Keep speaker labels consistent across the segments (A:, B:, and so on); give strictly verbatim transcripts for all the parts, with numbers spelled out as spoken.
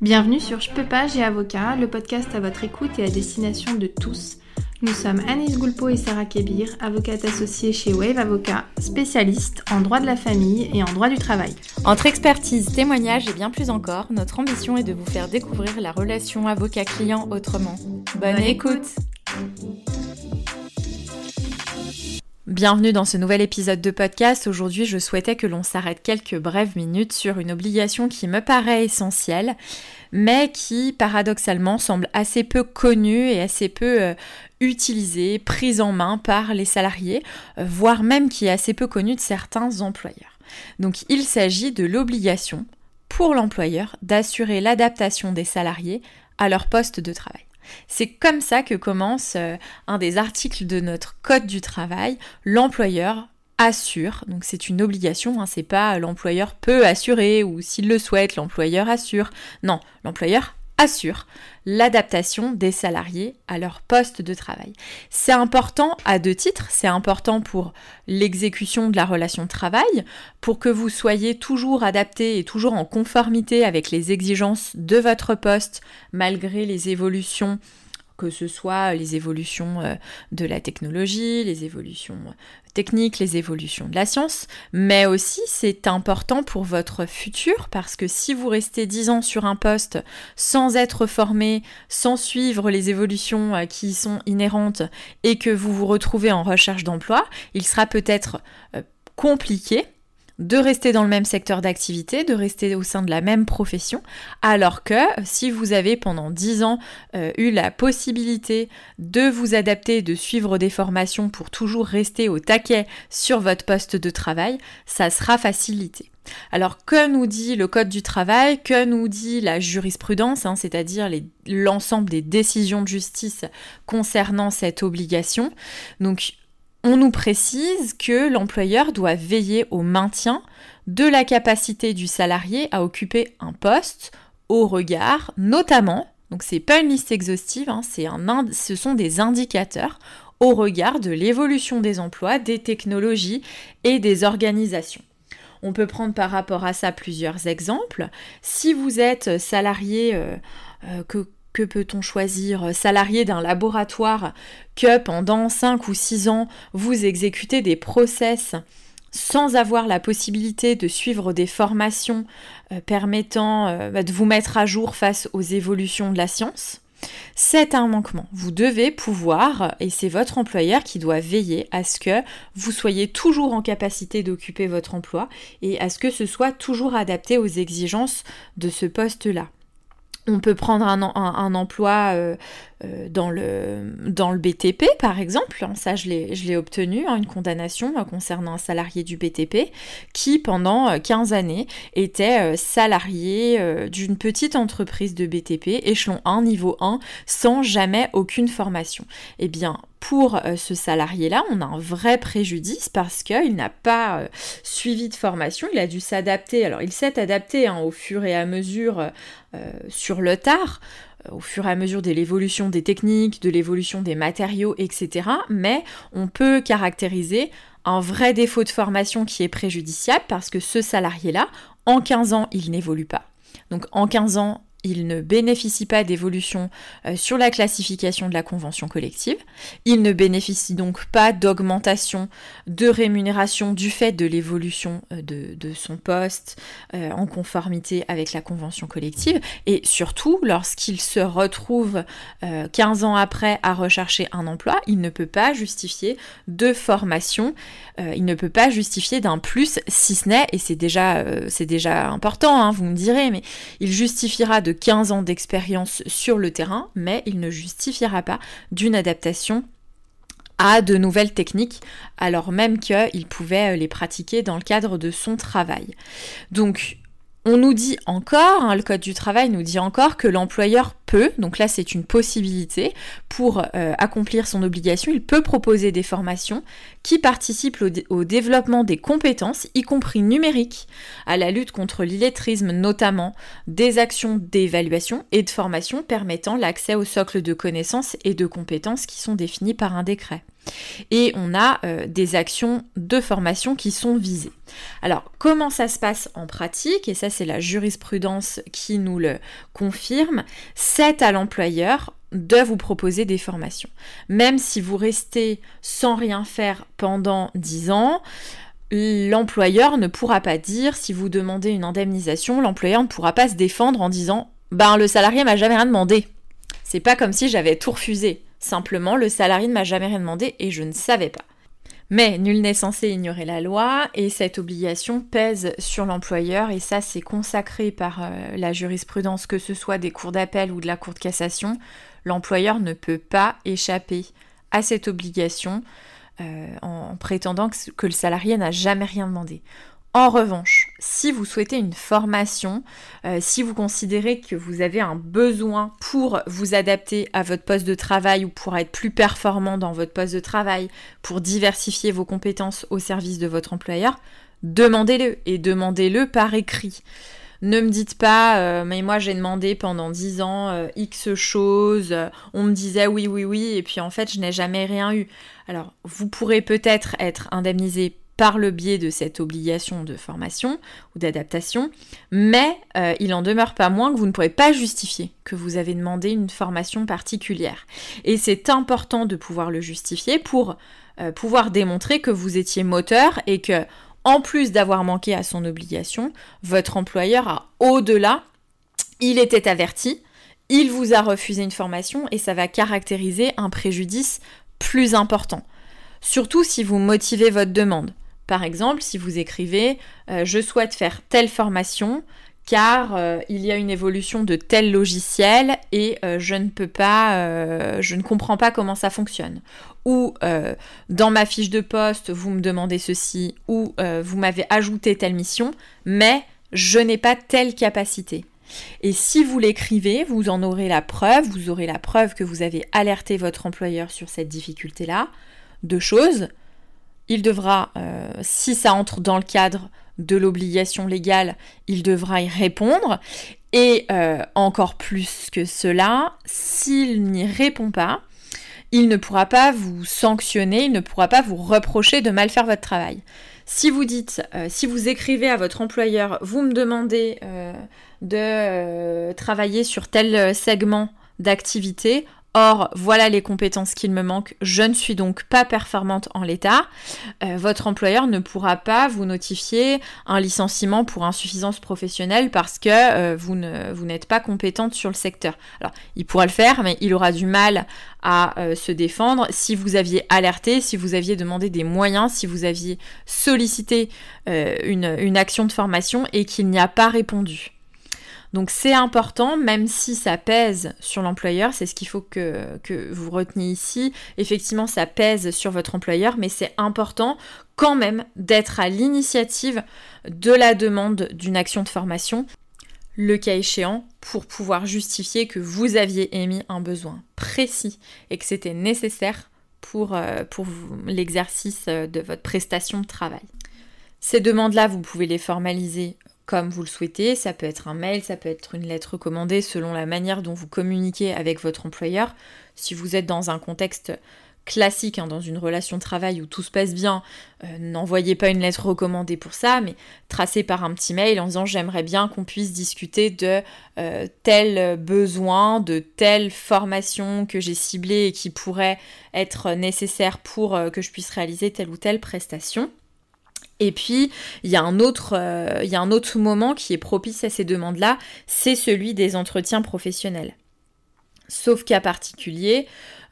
A: Bienvenue sur Je peux pas, j'ai avocat, le podcast à votre écoute et à destination de tous. Nous sommes Anis Goulpeau et Sarah Kébir, avocates associées chez Wave Avocat, spécialistes en droit de la famille et en droit du travail.
B: Entre expertise, témoignages et bien plus encore, notre ambition est de vous faire découvrir la relation avocat-client autrement. Bonne, Bonne écoute. écoute Bienvenue dans ce nouvel épisode de podcast. Aujourd'hui, je souhaitais que l'on s'arrête quelques brèves minutes sur une obligation qui me paraît essentielle, mais qui, paradoxalement, semble assez peu connue et assez peu euh, utilisée, prise en main par les salariés, euh, voire même qui est assez peu connue de certains employeurs. Donc, il s'agit de l'obligation pour l'employeur d'assurer l'adaptation des salariés à leur poste de travail. C'est comme ça que commence euh, un des articles de notre Code du travail. L'employeur assure, donc c'est une obligation, hein, c'est pas l'employeur peut assurer ou s'il le souhaite, l'employeur assure. Non, l'employeur assure l'adaptation des salariés à leur poste de travail. C'est important à deux titres, c'est important pour l'exécution de la relation de travail, pour que vous soyez toujours adapté et toujours en conformité avec les exigences de votre poste, malgré les évolutions, que ce soit les évolutions de la technologie, les évolutions techniques, les évolutions de la science, mais aussi c'est important pour votre futur parce que si vous restez dix ans sur un poste sans être formé, sans suivre les évolutions qui y sont inhérentes et que vous vous retrouvez en recherche d'emploi, il sera peut-être compliqué de rester dans le même secteur d'activité, de rester au sein de la même profession, alors que si vous avez pendant dix ans euh, eu la possibilité de vous adapter, de suivre des formations pour toujours rester au taquet sur votre poste de travail, ça sera facilité. Alors que nous dit le Code du travail, que nous dit la jurisprudence, hein, c'est-à-dire les, l'ensemble des décisions de justice concernant cette obligation. Donc, on nous précise que l'employeur doit veiller au maintien de la capacité du salarié à occuper un poste au regard, notamment, donc c'est pas une liste exhaustive, hein, c'est un ind- ce sont des indicateurs au regard de l'évolution des emplois, des technologies et des organisations. On peut prendre par rapport à ça plusieurs exemples. Si vous êtes salarié euh, euh, que Que peut-on choisir? Salarié d'un laboratoire que pendant cinq ou six ans, vous exécutez des process sans avoir la possibilité de suivre des formations euh, permettant euh, de vous mettre à jour face aux évolutions de la science. C'est un manquement. Vous devez pouvoir, et c'est votre employeur qui doit veiller à ce que vous soyez toujours en capacité d'occuper votre emploi et à ce que ce soit toujours adapté aux exigences de ce poste-là. On peut prendre un, un, un emploi euh, euh, dans, le, dans le B T P, par exemple. Ça, je l'ai, je l'ai obtenu, hein, une condamnation euh, concernant un salarié du B T P qui, pendant quinze années, était euh, salarié euh, d'une petite entreprise de B T P, échelon un, niveau un, sans jamais aucune formation. Eh bien, pour euh, ce salarié-là, on a un vrai préjudice parce qu'il n'a pas euh, suivi de formation, il a dû s'adapter. Alors, il s'est adapté hein, au fur et à mesure euh, sur le tard, euh, au fur et à mesure de l'évolution des techniques, de l'évolution des matériaux, et cetera. Mais on peut caractériser un vrai défaut de formation qui est préjudiciable parce que ce salarié-là, en quinze ans, il n'évolue pas. Donc, en quinze ans, il ne bénéficie pas d'évolution euh, sur la classification de la convention collective. Il ne bénéficie donc pas d'augmentation de rémunération du fait de l'évolution euh, de, de son poste euh, en conformité avec la convention collective. Et surtout, lorsqu'il se retrouve euh, quinze ans après à rechercher un emploi, il ne peut pas justifier de formation, euh, il ne peut pas justifier d'un plus, si ce n'est, et c'est déjà, euh, c'est déjà important, hein, vous me direz, mais il justifiera de quinze ans d'expérience sur le terrain, mais il ne justifiera pas d'une adaptation à de nouvelles techniques, alors même qu'il pouvait les pratiquer dans le cadre de son travail. Donc, on nous dit encore, hein, le Code du travail nous dit encore que l'employeur peut, donc là c'est une possibilité, pour euh, accomplir son obligation, il peut proposer des formations qui participent au, dé- au développement des compétences, y compris numériques, à la lutte contre l'illettrisme notamment, des actions d'évaluation et de formation permettant l'accès au socle de connaissances et de compétences qui sont définis par un décret. Et on a euh, des actions de formation qui sont visées. Alors, comment ça se passe en pratique? Et ça, c'est la jurisprudence qui nous le confirme. C'est à l'employeur de vous proposer des formations. Même si vous restez sans rien faire pendant dix ans, l'employeur ne pourra pas dire, si vous demandez une indemnisation, l'employeur ne pourra pas se défendre en disant « ben le salarié m'a jamais rien demandé ». C'est pas comme si j'avais tout refusé. Simplement, le salarié ne m'a jamais rien demandé et je ne savais pas. Mais nul n'est censé ignorer la loi et cette obligation pèse sur l'employeur et ça c'est consacré par euh, la jurisprudence, que ce soit des cours d'appel ou de la cour de cassation. L'employeur ne peut pas échapper à cette obligation euh, en, en prétendant que, que le salarié n'a jamais rien demandé. En revanche, si vous souhaitez une formation, euh, si vous considérez que vous avez un besoin pour vous adapter à votre poste de travail ou pour être plus performant dans votre poste de travail, pour diversifier vos compétences au service de votre employeur, demandez-le et demandez-le par écrit. Ne me dites pas, euh, mais moi j'ai demandé pendant dix ans euh, X choses, euh, on me disait oui, oui, oui, et puis en fait je n'ai jamais rien eu. Alors, vous pourrez peut-être être indemnisé par le biais de cette obligation de formation ou d'adaptation, mais euh, il en demeure pas moins que vous ne pourrez pas justifier que vous avez demandé une formation particulière. Et c'est important de pouvoir le justifier pour euh, pouvoir démontrer que vous étiez moteur et que, en plus d'avoir manqué à son obligation, votre employeur a au-delà, il était averti, il vous a refusé une formation et ça va caractériser un préjudice plus important. Surtout si vous motivez votre demande. Par exemple, si vous écrivez euh, « Je souhaite faire telle formation car euh, il y a une évolution de tel logiciel et euh, je ne peux pas, euh, je ne comprends pas comment ça fonctionne. » Ou euh, « Dans ma fiche de poste, vous me demandez ceci ou euh, vous m'avez ajouté telle mission, mais je n'ai pas telle capacité. » Et si vous l'écrivez, vous en aurez la preuve, vous aurez la preuve que vous avez alerté votre employeur sur cette difficulté-là. Deux choses. Il devra, euh, si ça entre dans le cadre de l'obligation légale, il devra y répondre. Et euh, encore plus que cela, s'il n'y répond pas, il ne pourra pas vous sanctionner, il ne pourra pas vous reprocher de mal faire votre travail. Si vous dites, euh, si vous écrivez à votre employeur, vous me demandez euh, de euh, travailler sur tel segment d'activité, or, voilà les compétences qu'il me manquent, je ne suis donc pas performante en l'état, euh, votre employeur ne pourra pas vous notifier un licenciement pour insuffisance professionnelle parce que euh, vous, ne, vous n'êtes pas compétente sur le secteur. Alors, il pourra le faire, mais il aura du mal à euh, se défendre si vous aviez alerté, si vous aviez demandé des moyens, si vous aviez sollicité euh, une, une action de formation et qu'il n'y a pas répondu. Donc c'est important, même si ça pèse sur l'employeur, c'est ce qu'il faut que, que vous reteniez ici. Effectivement, ça pèse sur votre employeur, mais c'est important quand même d'être à l'initiative de la demande d'une action de formation, le cas échéant, pour pouvoir justifier que vous aviez émis un besoin précis et que c'était nécessaire pour, euh, pour vous, l'exercice de votre prestation de travail. Ces demandes-là, vous pouvez les formaliser comme vous le souhaitez, ça peut être un mail, ça peut être une lettre recommandée selon la manière dont vous communiquez avec votre employeur. Si vous êtes dans un contexte classique, hein, dans une relation de travail où tout se passe bien, euh, n'envoyez pas une lettre recommandée pour ça, mais tracez par un petit mail en disant « j'aimerais bien qu'on puisse discuter de euh, tel besoin, de telle formation que j'ai ciblée et qui pourrait être nécessaire pour euh, que je puisse réaliser telle ou telle prestation ». Et puis, il y a un autre, euh, il y a un autre moment qui est propice à ces demandes-là, c'est celui des entretiens professionnels. Sauf cas particulier,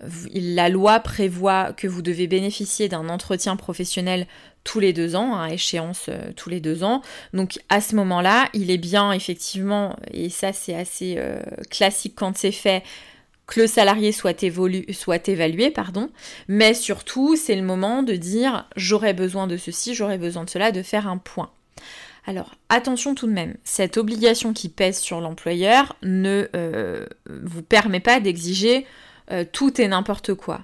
B: la loi prévoit que vous devez bénéficier d'un entretien professionnel tous les deux ans, à échéance euh, tous les deux ans. Donc à ce moment-là, il est bien effectivement, et ça c'est assez euh, classique quand c'est fait, que le salarié soit, évolu- soit évalué, pardon, mais surtout, c'est le moment de dire « j'aurais besoin de ceci, j'aurais besoin de cela », de faire un point. Alors, attention tout de même, cette obligation qui pèse sur l'employeur ne euh, vous permet pas d'exiger euh, tout et n'importe quoi.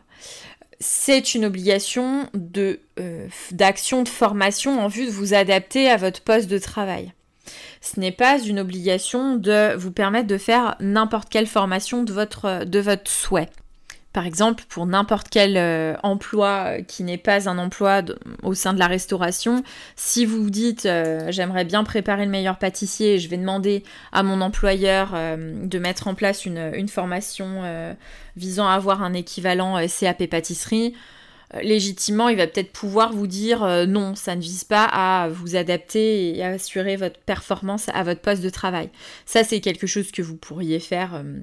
B: C'est une obligation de, euh, d'action de formation en vue de vous adapter à votre poste de travail. Ce n'est pas une obligation de vous permettre de faire n'importe quelle formation de votre, de votre souhait. Par exemple, pour n'importe quel euh, emploi qui n'est pas un emploi de, au sein de la restauration, si vous vous dites euh, « j'aimerais bien préparer le meilleur pâtissier et je vais demander à mon employeur euh, de mettre en place une, une formation euh, visant à avoir un équivalent euh, C A P pâtisserie », euh, légitimement, il va peut-être pouvoir vous dire euh, « non, ça ne vise pas à vous adapter et à assurer votre performance à votre poste de travail ». Ça, c'est quelque chose que vous pourriez faire euh,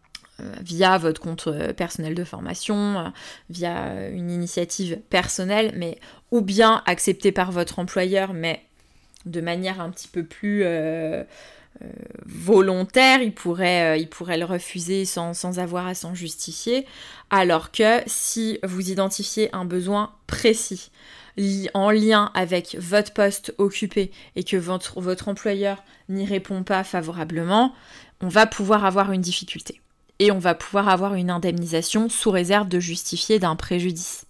B: via votre compte personnel de formation, via une initiative personnelle, mais ou bien accepté par votre employeur, mais de manière un petit peu plus euh, euh, volontaire, il pourrait, euh, il pourrait le refuser sans, sans avoir à s'en justifier, alors que si vous identifiez un besoin précis, li- en lien avec votre poste occupé et que votre, votre employeur n'y répond pas favorablement, on va pouvoir avoir une difficulté. Et on va pouvoir avoir une indemnisation sous réserve de justifier d'un préjudice.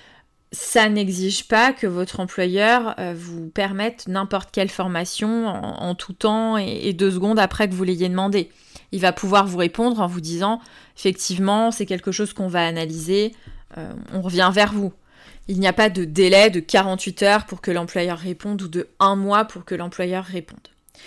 B: Ça n'exige pas que votre employeur euh, vous permette n'importe quelle formation en, en tout temps et, et deux secondes après que vous l'ayez demandé. Il va pouvoir vous répondre en vous disant « effectivement, c'est quelque chose qu'on va analyser, euh, on revient vers vous ». Il n'y a pas de délai de quarante-huit heures pour que l'employeur réponde ou de un mois pour que l'employeur réponde.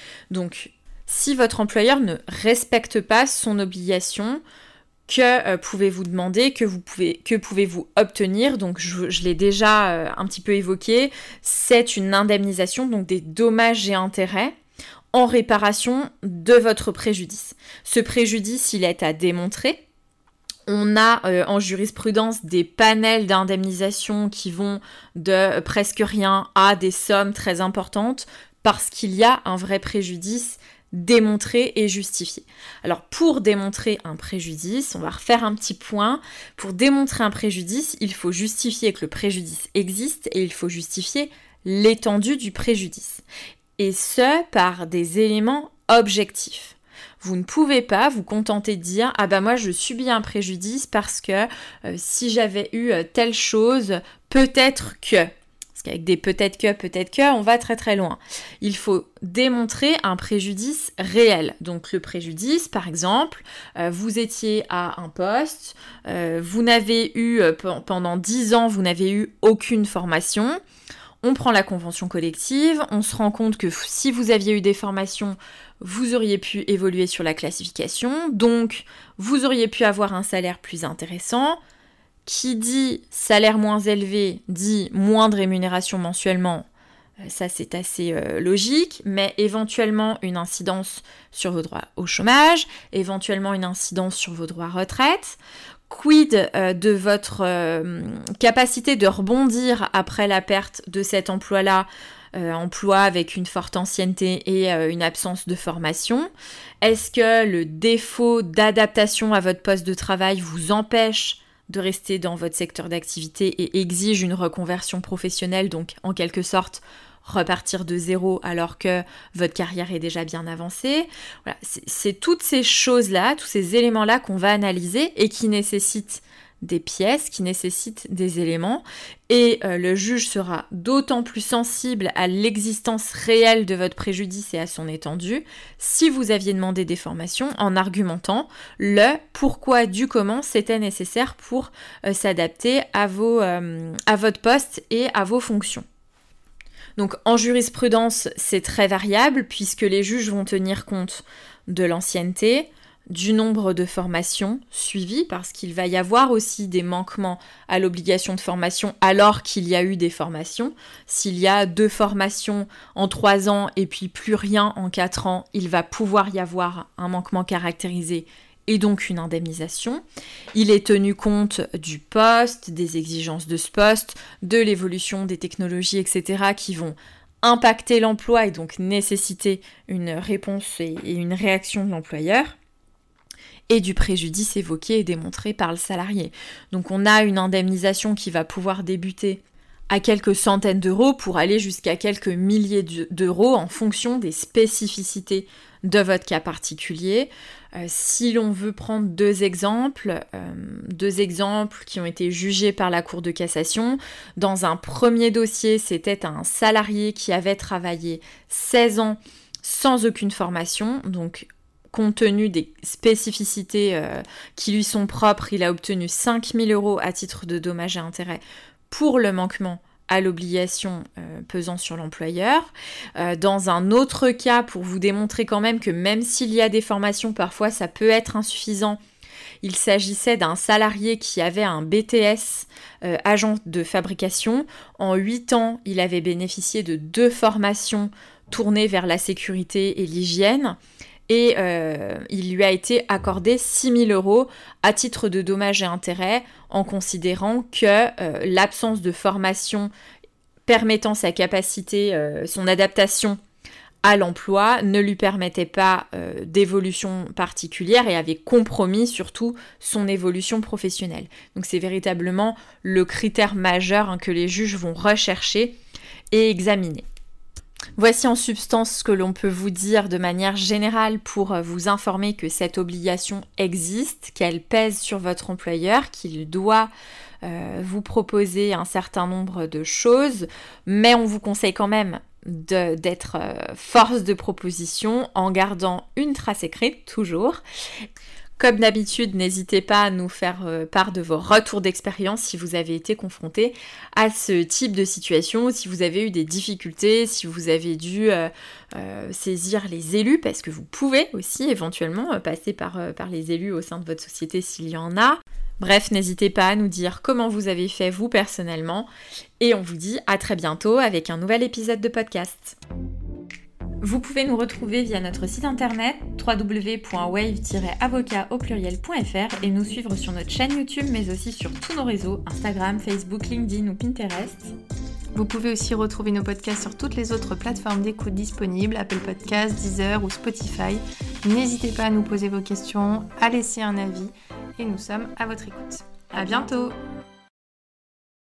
B: Donc, si votre employeur ne respecte pas son obligation, que euh, pouvez-vous demander, que, vous pouvez, que pouvez-vous obtenir? Donc je, je l'ai déjà euh, un petit peu évoqué, c'est une indemnisation, donc des dommages et intérêts en réparation de votre préjudice. Ce préjudice, il est à démontrer. On a euh, en jurisprudence des panels d'indemnisation qui vont de euh, presque rien à des sommes très importantes parce qu'il y a un vrai préjudice démontrer et justifier. Alors pour démontrer un préjudice, on va refaire un petit point. Pour démontrer un préjudice, il faut justifier que le préjudice existe et il faut justifier l'étendue du préjudice. Et ce, par des éléments objectifs. Vous ne pouvez pas vous contenter de dire « Ah bah moi je subis un préjudice parce que euh, si j'avais eu euh, telle chose, peut-être que... » Parce qu'avec des peut-être que, peut-être que, on va très très loin. Il faut démontrer un préjudice réel. Donc le préjudice, par exemple, euh, vous étiez à un poste, euh, vous n'avez eu, euh, p- pendant dix ans, vous n'avez eu aucune formation. On prend la convention collective, on se rend compte que f- si vous aviez eu des formations, vous auriez pu évoluer sur la classification, donc vous auriez pu avoir un salaire plus intéressant. Qui dit salaire moins élevé, dit moins de rémunération mensuellement, ça c'est assez euh, logique, mais éventuellement une incidence sur vos droits au chômage, éventuellement une incidence sur vos droits retraite. Quid euh, de votre euh, capacité de rebondir après la perte de cet emploi-là, euh, emploi avec une forte ancienneté et euh, une absence de formation? Est-ce que le défaut d'adaptation à votre poste de travail vous empêche de rester dans votre secteur d'activité et exige une reconversion professionnelle, donc en quelque sorte repartir de zéro alors que votre carrière est déjà bien avancée. Voilà, c'est, c'est toutes ces choses-là, tous ces éléments-là qu'on va analyser et qui nécessitent des pièces, qui nécessitent des éléments, et euh, le juge sera d'autant plus sensible à l'existence réelle de votre préjudice et à son étendue si vous aviez demandé des formations en argumentant le pourquoi du comment c'était nécessaire pour euh, s'adapter à, vos, euh, à votre poste et à vos fonctions. Donc en jurisprudence, c'est très variable puisque les juges vont tenir compte de l'ancienneté, du nombre de formations suivies, parce qu'il va y avoir aussi des manquements à l'obligation de formation alors qu'il y a eu des formations. S'il y a deux formations en trois ans et puis plus rien en quatre ans, il va pouvoir y avoir un manquement caractérisé et donc une indemnisation. Il est tenu compte du poste, des exigences de ce poste, de l'évolution des technologies, et cetera qui vont impacter l'emploi et donc nécessiter une réponse et une réaction de l'employeur, et du préjudice évoqué et démontré par le salarié. Donc on a une indemnisation qui va pouvoir débuter à quelques centaines d'euros pour aller jusqu'à quelques milliers d'euros en fonction des spécificités de votre cas particulier. Euh, si l'on veut prendre deux exemples, euh, deux exemples qui ont été jugés par la Cour de cassation, dans un premier dossier, c'était un salarié qui avait travaillé seize ans sans aucune formation, donc compte tenu des spécificités euh, qui lui sont propres, il a obtenu cinq mille euros à titre de dommages et intérêts pour le manquement à l'obligation euh, pesant sur l'employeur. Euh, dans un autre cas, pour vous démontrer quand même que même s'il y a des formations, parfois ça peut être insuffisant, il s'agissait d'un salarié qui avait un B T S euh, agent de fabrication. En huit ans, il avait bénéficié de deux formations tournées vers la sécurité et l'hygiène. Et euh, il lui a été accordé six mille euros à titre de dommages et intérêts en considérant que euh, l'absence de formation permettant sa capacité, euh, son adaptation à l'emploi ne lui permettait pas euh, d'évolution particulière et avait compromis surtout son évolution professionnelle. Donc c'est véritablement le critère majeur hein, que les juges vont rechercher et examiner. Voici en substance ce que l'on peut vous dire de manière générale pour vous informer que cette obligation existe, qu'elle pèse sur votre employeur, qu'il doit euh, vous proposer un certain nombre de choses, mais on vous conseille quand même de, d'être euh, force de proposition en gardant une trace écrite, toujours. Comme d'habitude, n'hésitez pas à nous faire part de vos retours d'expérience si vous avez été confronté à ce type de situation, si vous avez eu des difficultés, si vous avez dû euh, euh, saisir les élus, parce que vous pouvez aussi éventuellement passer par, euh, par les élus au sein de votre société s'il y en a. Bref, n'hésitez pas à nous dire comment vous avez fait vous personnellement, et on vous dit à très bientôt avec un nouvel épisode de podcast. Vous pouvez nous retrouver via notre site internet w w w point wave tiret avocat au pluriel point f r et nous suivre sur notre chaîne YouTube mais aussi sur tous nos réseaux Instagram, Facebook, LinkedIn ou Pinterest.
A: Vous pouvez aussi retrouver nos podcasts sur toutes les autres plateformes d'écoute disponibles, Apple Podcasts, Deezer ou Spotify. N'hésitez pas à nous poser vos questions, à laisser un avis et nous sommes à votre écoute. À bientôt!